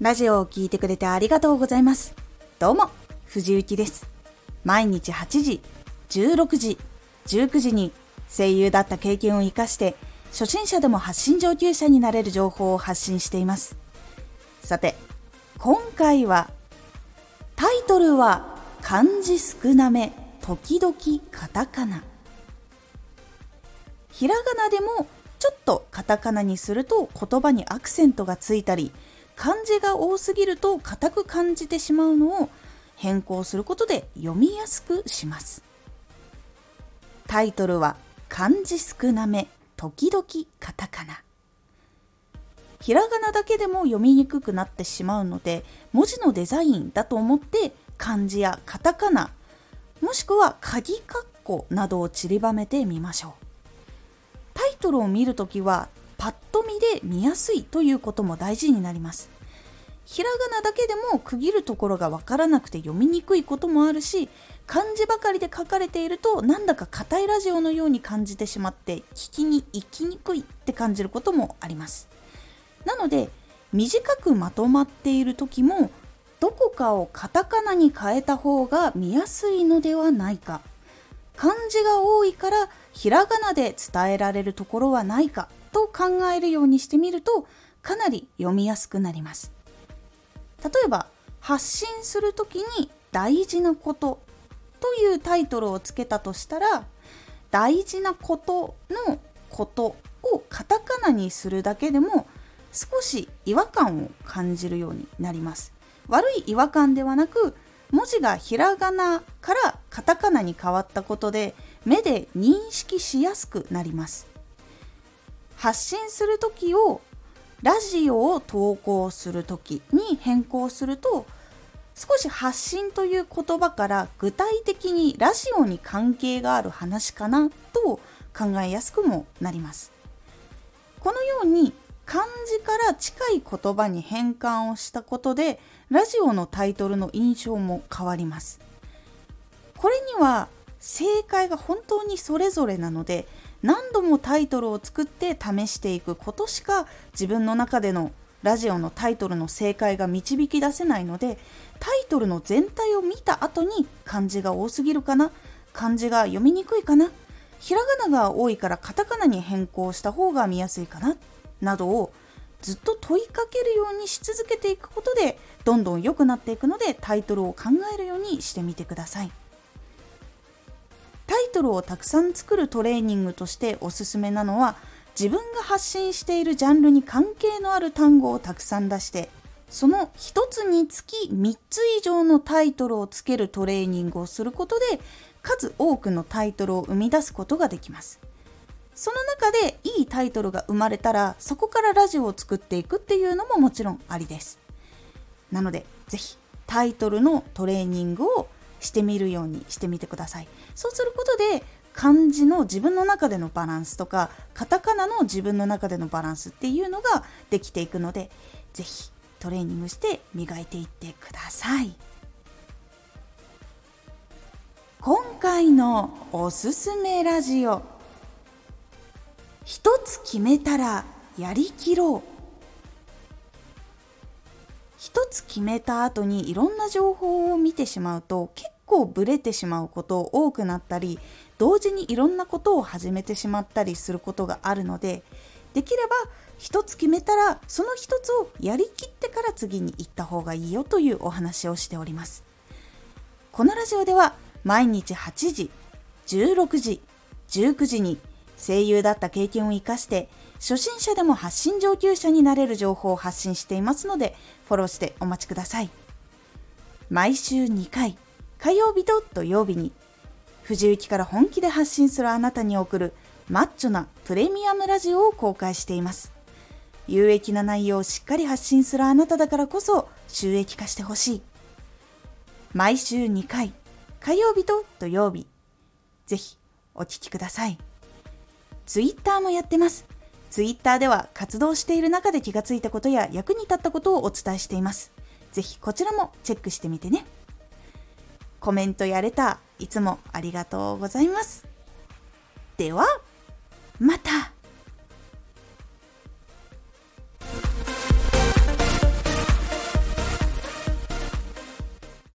ラジオを聞いてくれてありがとうございます。どうも、藤幸です。毎日8時、16時、19時に声優だった経験を生かして初心者でも発信上級者になれる情報を発信しています。さて、今回はタイトルは漢字少なめ、時々カタカナ。ひらがなでもちょっとカタカナにすると言葉にアクセントがついたり、漢字が多すぎると硬く感じてしまうのを変更することで読みやすくします。タイトルは漢字少なめ、時々カタカナ。ひらがなだけでも読みにくくなってしまうので、文字のデザインだと思って漢字やカタカナ、もしくは鍵括弧などを散りばめてみましょう。タイトルを見るときはパッと見で見やすいということも大事になります。ひらがなだけでも区切るところがわからなくて読みにくいこともあるし、漢字ばかりで書かれているとなんだか硬いラジオのように感じてしまって聞きに行きにくいって感じることもあります。なので短くまとまっている時もどこかをカタカナに変えた方が見やすいのではないか、漢字が多いからひらがなで伝えられるところはないかと考えるようにしてみるとかなり読みやすくなります。例えば発信するときに大事なことというタイトルをつけたとしたら、大事なことのことをカタカナにするだけでも少し違和感を感じるようになります。悪い違和感ではなく、文字がひらがなからカタカナに変わったことで目で認識しやすくなります。発信するときをラジオを投稿するときに変更すると、少し発信という言葉から具体的にラジオに関係がある話かなと考えやすくもなります。このように漢字から近い言葉に変換をしたことでラジオのタイトルの印象も変わります。これには正解が本当にそれぞれなので、何度もタイトルを作って試していくことしか自分の中でのラジオのタイトルの正解が導き出せないので、タイトルの全体を見た後に漢字が多すぎるかな、漢字が読みにくいかな、ひらがなが多いからカタカナに変更した方が見やすいかななどをずっと問いかけるようにし続けていくことでどんどん良くなっていくので、タイトルを考えるようにしてみてください。タイトルをたくさん作るトレーニングとしておすすめなのは、自分が発信しているジャンルに関係のある単語をたくさん出して、その一つにつき3つ以上のタイトルをつけるトレーニングをすることで数多くのタイトルを生み出すことができます。その中でいいタイトルが生まれたら、そこからラジオを作っていくっていうのももちろんありです。なのでぜひタイトルのトレーニングをしてみるようにしてみてください。そうすることで漢字の自分の中でのバランスとかカタカナの自分の中でのバランスっていうのができていくので、ぜひトレーニングして磨いていってください。今回のおすすめラジオ、一つ決めたらやりきろう。一つ決めた後にいろんな情報を見てしまうと結構ブレてしまうこと多くなったり、同時にいろんなことを始めてしまったりすることがあるので、できれば一つ決めたらその一つをやりきってから次に行った方がいいよというお話をしております。このラジオでは毎日8時、16時、19時に声優だった経験を生かして初心者でも発信上級者になれる情報を発信していますので、フォローしてお待ちください。毎週2回、火曜日と土曜日に藤雪から本気で発信するあなたに送るマッチョなプレミアムラジオを公開しています。有益な内容をしっかり発信するあなただからこそ収益化してほしい。毎週2回、火曜日と土曜日、ぜひお聞きください。ツイッターもやってます。ツイッターでは活動している中で気がついたことや役に立ったことをお伝えしています。ぜひこちらもチェックしてみてね。コメントやレターいつもありがとうございます。ではまた。